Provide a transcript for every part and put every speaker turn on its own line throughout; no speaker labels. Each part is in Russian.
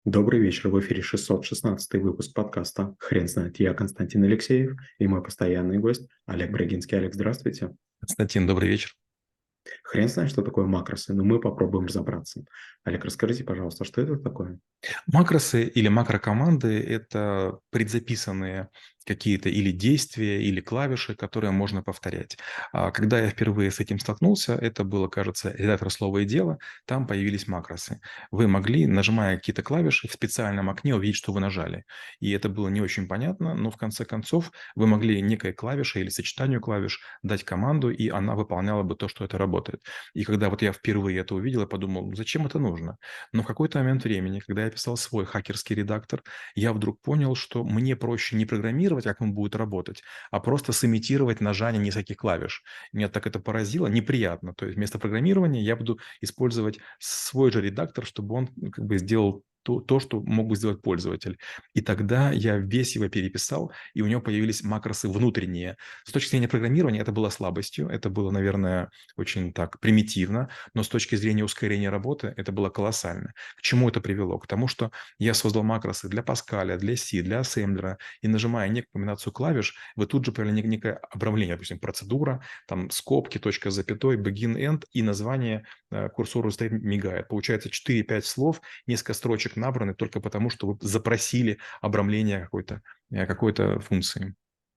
Добрый вечер, в эфире 616 выпуск подкаста «Хрен знает». Я Константин Алексеев и мой постоянный гость Олег Брагинский. Олег, здравствуйте.
Константин, добрый вечер.
Хрен знает, что такое макросы, но мы попробуем разобраться. Олег, расскажите, пожалуйста, что это такое?
Макросы или макрокоманды – это предзаписанные какие-то или действия, или клавиши, которые можно повторять. Когда я впервые с этим столкнулся, это было, кажется, редактор «Слово и дело», там появились макросы. Вы могли, нажимая какие-то клавиши, в специальном окне увидеть, что вы нажали. И это было не очень понятно, но в конце концов вы могли некой клавишей или сочетанию клавиш дать команду, и она выполняла бы то, что это работает. И когда вот я впервые это увидел, я подумал, «Ну, зачем это нужно? Но в какой-то момент времени, когда я писал свой хакерский редактор, я вдруг понял, что мне проще не программировать, как он будет работать, а просто сымитировать нажание нескольких клавиш. Меня так это поразило, неприятно. То есть вместо программирования я буду использовать свой же редактор, чтобы он как бы сделал то, что мог бы сделать пользователь. И тогда я весь его переписал, и у него появились макросы внутренние. С точки зрения программирования это было слабостью, это было, наверное, очень так примитивно, но с точки зрения ускорения работы это было колоссально. К чему это привело? К тому, что я создал макросы для Паскаля, для C, для ассемблера, и нажимая некую комбинацию клавиш, вы тут же появляется некое обрамление, допустим, процедура, там скобки, точка с запятой, begin, end, и название курсору стоит, мигает. Получается 4-5 слов, несколько строчек набраны только потому, что вы запросили обрамление какой-то функции.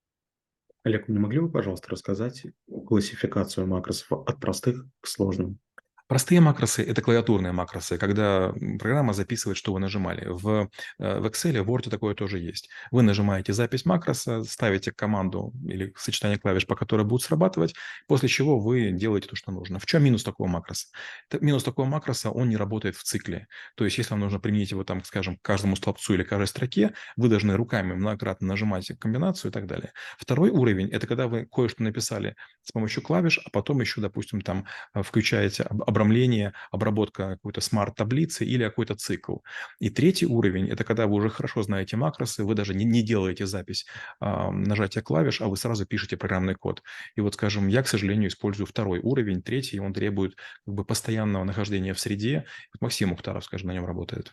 Олег, не могли бы, пожалуйста, рассказать классификацию макросов от простых к сложным?
Простые макросы – это клавиатурные макросы, когда программа записывает, что вы нажимали. В Excel, в Word такое тоже есть. Вы нажимаете запись макроса, ставите команду или сочетание клавиш, по которой будет срабатывать, после чего вы делаете то, что нужно. В чем минус такого макроса? Минус такого макроса – он не работает в цикле. То есть, если вам нужно применить его, там, скажем, к каждому столбцу или каждой строке, вы должны руками многократно нажимать комбинацию и так далее. Второй уровень – это когда вы кое-что написали с помощью клавиш, а потом еще, допустим, там включаете обрамление, обработка какой-то смарт-таблицы или какой-то цикл. И третий уровень – это когда вы уже хорошо знаете макросы, вы даже не делаете запись нажатия клавиш, а вы сразу пишете программный код. И вот, скажем, я, к сожалению, использую второй уровень, третий, он требует как бы постоянного нахождения в среде. Вот Максим Мухтаров, скажем, на нем работает.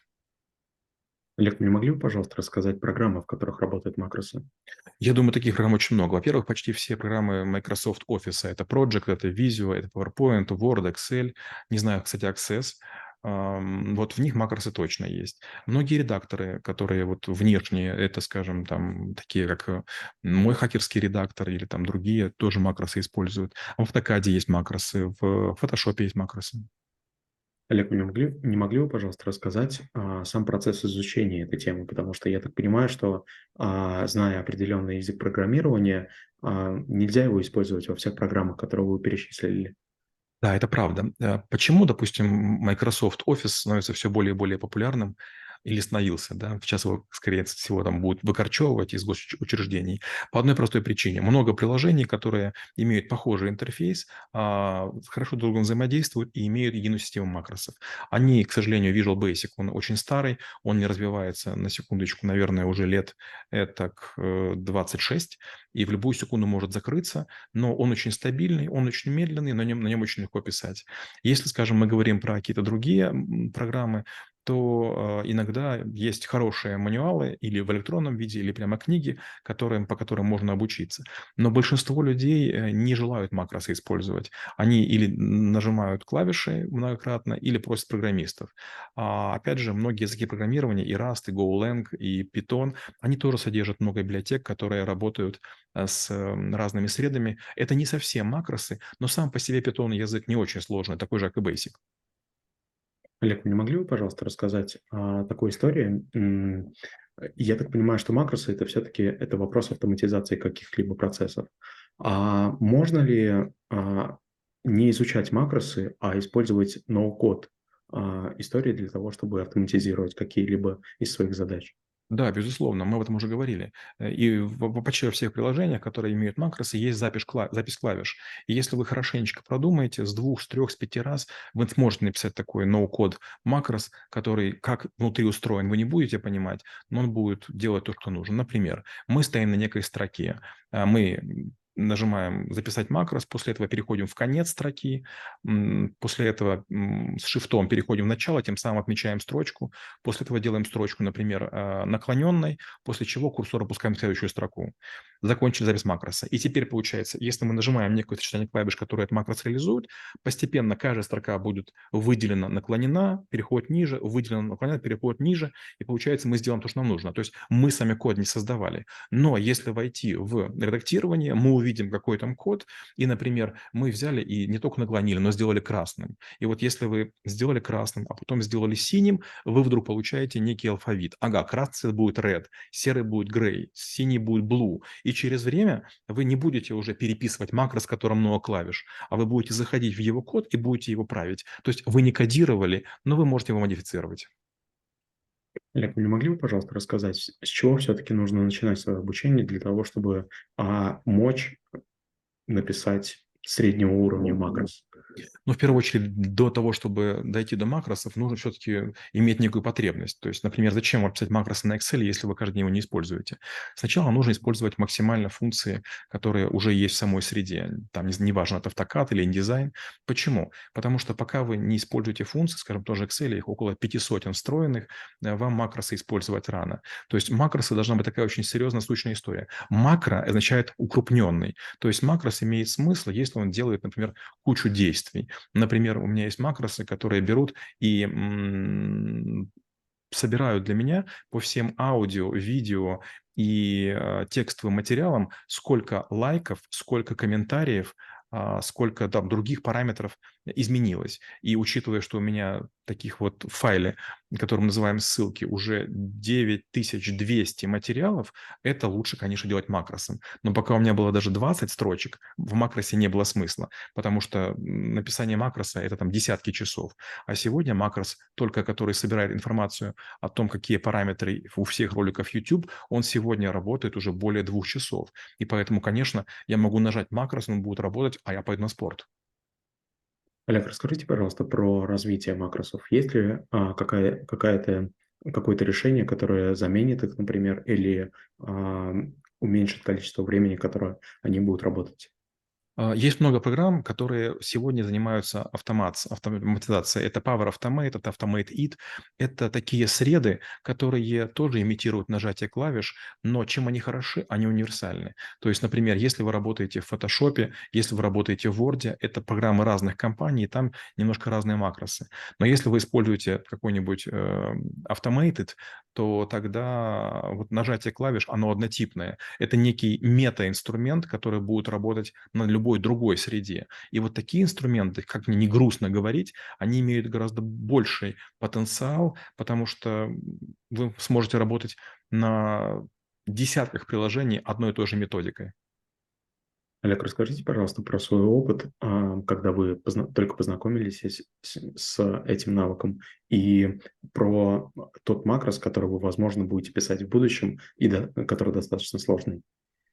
Олег, не могли бы, пожалуйста, рассказать программы, в которых работают макросы?
Я думаю, таких программ очень много. Во-первых, почти все программы Microsoft Office. Это Project, это Visio, это PowerPoint, Word, Excel. Не знаю, кстати, Access. Вот в них макросы точно есть. Многие редакторы, которые вот внешние, это, скажем, там такие, как мой хакерский редактор или там другие, тоже макросы используют. А в AutoCAD есть макросы, в Photoshop есть макросы.
Олег, не могли бы, пожалуйста, рассказать сам процесс изучения этой темы? Потому что я так понимаю, что, зная определенный язык программирования, нельзя его использовать во всех программах, которые вы перечислили.
Да, это правда. Почему, допустим, Microsoft Office становится все более и более популярным или становился, да? Сейчас его, скорее всего, там будут выкорчевывать из госучреждений. По одной простой причине. Много приложений, которые имеют похожий интерфейс, хорошо друг с другом взаимодействуют и имеют единую систему макросов. Они, к сожалению, Visual Basic, он очень старый, он не развивается, на секундочку, наверное, уже лет так 26, и в любую секунду может закрыться, но он очень стабильный, он очень медленный, на нем очень легко писать. Если, скажем, мы говорим про какие-то другие программы, то иногда есть хорошие мануалы или в электронном виде, или прямо книги, по которым можно обучиться. Но большинство людей не желают макросы использовать. Они или нажимают клавиши многократно, или просят программистов. Опять же, многие языки программирования, и Rust, и Golang, и Python, они тоже содержат много библиотек, которые работают с разными средами. Это не совсем макросы, но сам по себе Python язык не очень сложный, такой же, как и Basic.
Олег, не могли бы, пожалуйста, рассказать о такой истории? Я так понимаю, что макросы это все-таки это вопрос автоматизации каких-либо процессов. А можно ли не изучать макросы, а использовать ноу-код истории для того, чтобы автоматизировать какие-либо из своих задач?
Да, безусловно, мы об этом уже говорили. И почти во всех приложениях, которые имеют макросы, есть запись клавиш. И если вы хорошенечко продумаете, с двух, с трех, с пяти раз, вы сможете написать такой ноу-код макрос, который как внутри устроен, вы не будете понимать, но он будет делать то, что нужно. Например, мы стоим на некой строке, мы нажимаем «Записать макрос», после этого переходим в конец строки, после этого с шифтом переходим в начало, тем самым отмечаем строчку, после этого делаем строчку, например, наклоненной, после чего курсор опускаем в следующую строку. Закончили запись макроса. И теперь получается, если мы нажимаем некое сочетание клавиш, которое этот макрос реализует, постепенно каждая строка будет выделена, наклонена, переходит ниже, выделена, наклонена, переходит ниже, и получается, мы сделаем то, что нам нужно. То есть мы сами код не создавали. Но если войти в редактирование, мы увидим, какой там код, и, например, мы взяли и не только наклонили, но сделали красным. И вот если вы сделали красным, а потом сделали синим, вы вдруг получаете некий алфавит. Ага, красный будет red, серый будет gray, синий будет blue. И через время вы не будете уже переписывать макрос, в котором много клавиш, а вы будете заходить в его код и будете его править. То есть вы не кодировали, но вы можете его модифицировать.
Олег, вы не могли бы, пожалуйста, рассказать, с чего все-таки нужно начинать свое обучение для того, чтобы мочь написать среднего уровня макрос?
Но в первую очередь, до того, чтобы дойти до макросов, нужно все-таки иметь некую потребность. То есть, например, зачем вам писать макросы на Excel, если вы каждый день его не используете? Сначала нужно использовать максимально функции, которые уже есть в самой среде. Там неважно, это AutoCAD или InDesign. Почему? Потому что пока вы не используете функции, скажем, тоже Excel, их около 500 встроенных, вам макросы использовать рано. То есть макросы должна быть такая очень серьезная, сущная история. Макро означает укрупненный. То есть макрос имеет смысл, если он делает, например, кучу действий. Например, у меня есть макросы, которые берут и собирают для меня по всем аудио, видео и текстовым материалам, сколько лайков, сколько комментариев, сколько там других параметров изменилось. И учитывая, что у меня таких вот в файле, который мы называем ссылки, уже 9200 материалов, это лучше, конечно, делать макросом. Но пока у меня было даже 20 строчек, в макросе не было смысла, потому что написание макроса – это там десятки часов. А сегодня макрос, только который собирает информацию о том, какие параметры у всех роликов YouTube, он сегодня работает уже более 2 часов. И поэтому, конечно, я могу нажать макрос, он будет работать, а я пойду на спорт.
Олег, расскажите, пожалуйста, про развитие макросов. Есть ли какое-то решение, которое заменит их, например, или уменьшит количество времени, которое они будут работать?
Есть много программ, которые сегодня занимаются автоматизацией. Это Power Automate, это Automate It. Это такие среды, которые тоже имитируют нажатие клавиш, но чем они хороши? Они универсальны. То есть, например, если вы работаете в Photoshop, если вы работаете в Word, это программы разных компаний, там немножко разные макросы. Но если вы используете какой-нибудь Automated, то тогда вот нажатие клавиш, оно однотипное. Это некий мета-инструмент, который будет работать на любой другой среде. И вот такие инструменты, как мне не грустно говорить, они имеют гораздо больший потенциал, потому что вы сможете работать на десятках приложений одной и той же методикой.
Олег, расскажите, пожалуйста, про свой опыт, когда вы только познакомились с этим навыком, и про тот макрос, который вы, возможно, будете писать в будущем, и который достаточно сложный.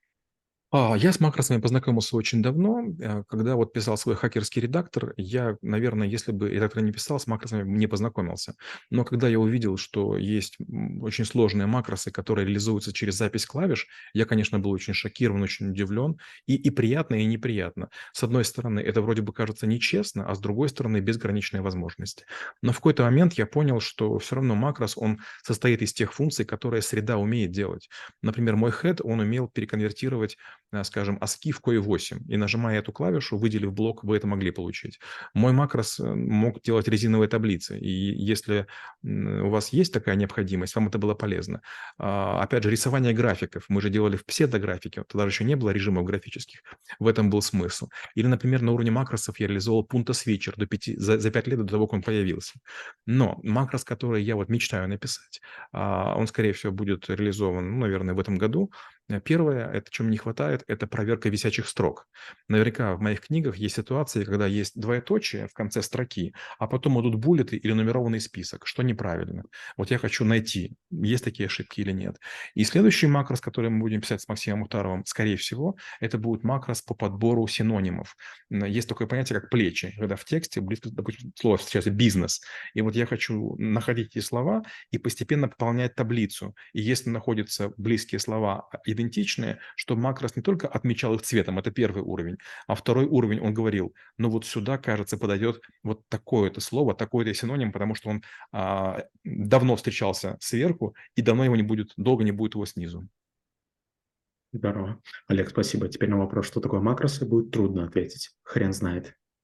Я с макросами познакомился очень давно. Когда вот писал свой хакерский редактор, я, наверное, если бы редактор не писал, с макросами не познакомился. Но когда я увидел, что есть очень сложные макросы, которые реализуются через запись клавиш, я, конечно, был очень шокирован, очень удивлен. И приятно, и неприятно. С одной стороны, это вроде бы кажется нечестно, а с другой стороны, безграничные возможности. Но в какой-то момент я понял, что все равно макрос, он состоит из тех функций, которые среда умеет делать. Например, мой head, он умел переконвертировать скажем, ASCII в COI-8. И нажимая эту клавишу, выделив блок, вы это могли получить. Мой макрос мог делать резиновые таблицы. И если у вас есть такая необходимость, вам это было полезно. Опять же, рисование графиков. Мы же делали в псевдографике. Тогда еще не было режимов графических. В этом был смысл. Или, например, на уровне макросов я реализовал Punto Switcher за 5 лет до того, как он появился. Но макрос, который я вот мечтаю написать, он, скорее всего, будет реализован, ну, наверное, в этом году. Первое, это чем не хватает, это проверка висячих строк. Наверняка в моих книгах есть ситуации, когда есть двоеточие в конце строки, а потом идут буллеты или нумерованный список, что неправильно. Вот я хочу найти, есть такие ошибки или нет. И следующий макрос, который мы будем писать с Максимом Мухтаровым, скорее всего, это будет макрос по подбору синонимов. Есть такое понятие, как плечи, когда в тексте, допустим, слово встречается бизнес. И вот я хочу находить эти слова и постепенно пополнять таблицу. И если находятся близкие слова и идентичные, что макрос не только отмечал их цветом, это первый уровень, а второй уровень он говорил, ну вот сюда, кажется, подойдет вот такое-то слово, такой-то синоним, потому что он давно встречался сверху и давно его не будет, долго не будет его снизу.
Здорово. Олег, спасибо. Теперь на вопрос, что такое макросы, будет трудно ответить. Хрен знает.